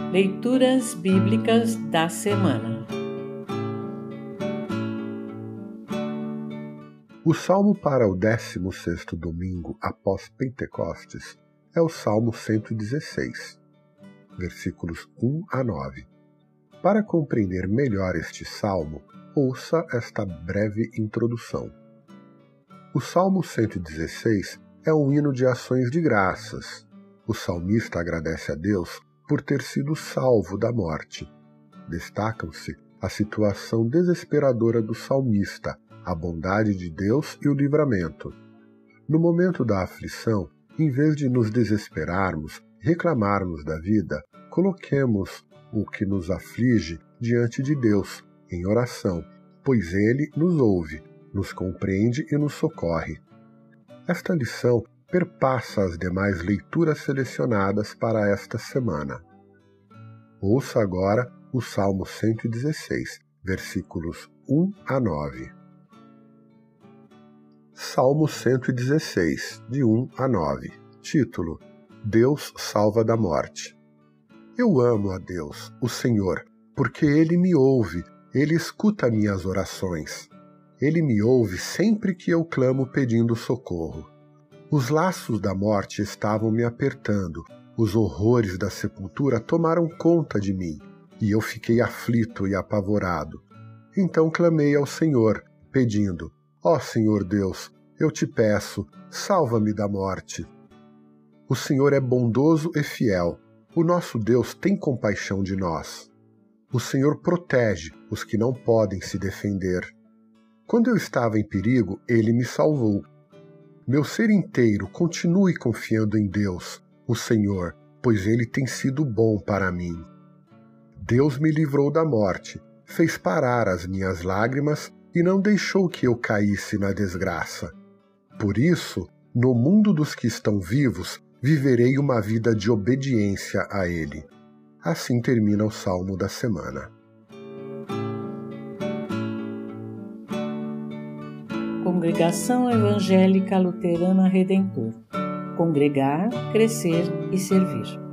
Leituras Bíblicas da Semana. O salmo para o 16º domingo após Pentecostes é o Salmo 116, versículos 1 a 9. Para compreender melhor este salmo, ouça esta breve introdução. O Salmo 116 é um hino de ações de graças. O salmista agradece a Deus por ter sido salvo da morte. Destacam-se a situação desesperadora do salmista, a bondade de Deus e o livramento. No momento da aflição, em vez de nos desesperarmos, reclamarmos da vida, coloquemos o que nos aflige diante de Deus, em oração, pois Ele nos ouve, nos compreende e nos socorre. Esta lição perpassa as demais leituras selecionadas para esta semana. Ouça agora o Salmo 116, versículos 1 a 9. Salmo 116, de 1 a 9. Título: Deus salva da morte. Eu amo a Deus, o Senhor, porque Ele me ouve, Ele escuta minhas orações. Ele me ouve sempre que eu clamo pedindo socorro. Os laços da morte estavam me apertando, os horrores da sepultura tomaram conta de mim, e eu fiquei aflito e apavorado. Então clamei ao Senhor, pedindo: Ó Senhor Deus, eu te peço, salva-me da morte. O Senhor é bondoso e fiel, o nosso Deus tem compaixão de nós. O Senhor protege os que não podem se defender. Quando eu estava em perigo, Ele me salvou. Meu ser inteiro continue confiando em Deus, o Senhor, pois Ele tem sido bom para mim. Deus me livrou da morte, fez parar as minhas lágrimas e não deixou que eu caísse na desgraça. Por isso, no mundo dos que estão vivos, viverei uma vida de obediência a Ele. Assim termina o Salmo da semana. Congregação Evangélica Luterana Redentor. Congregar, crescer e servir.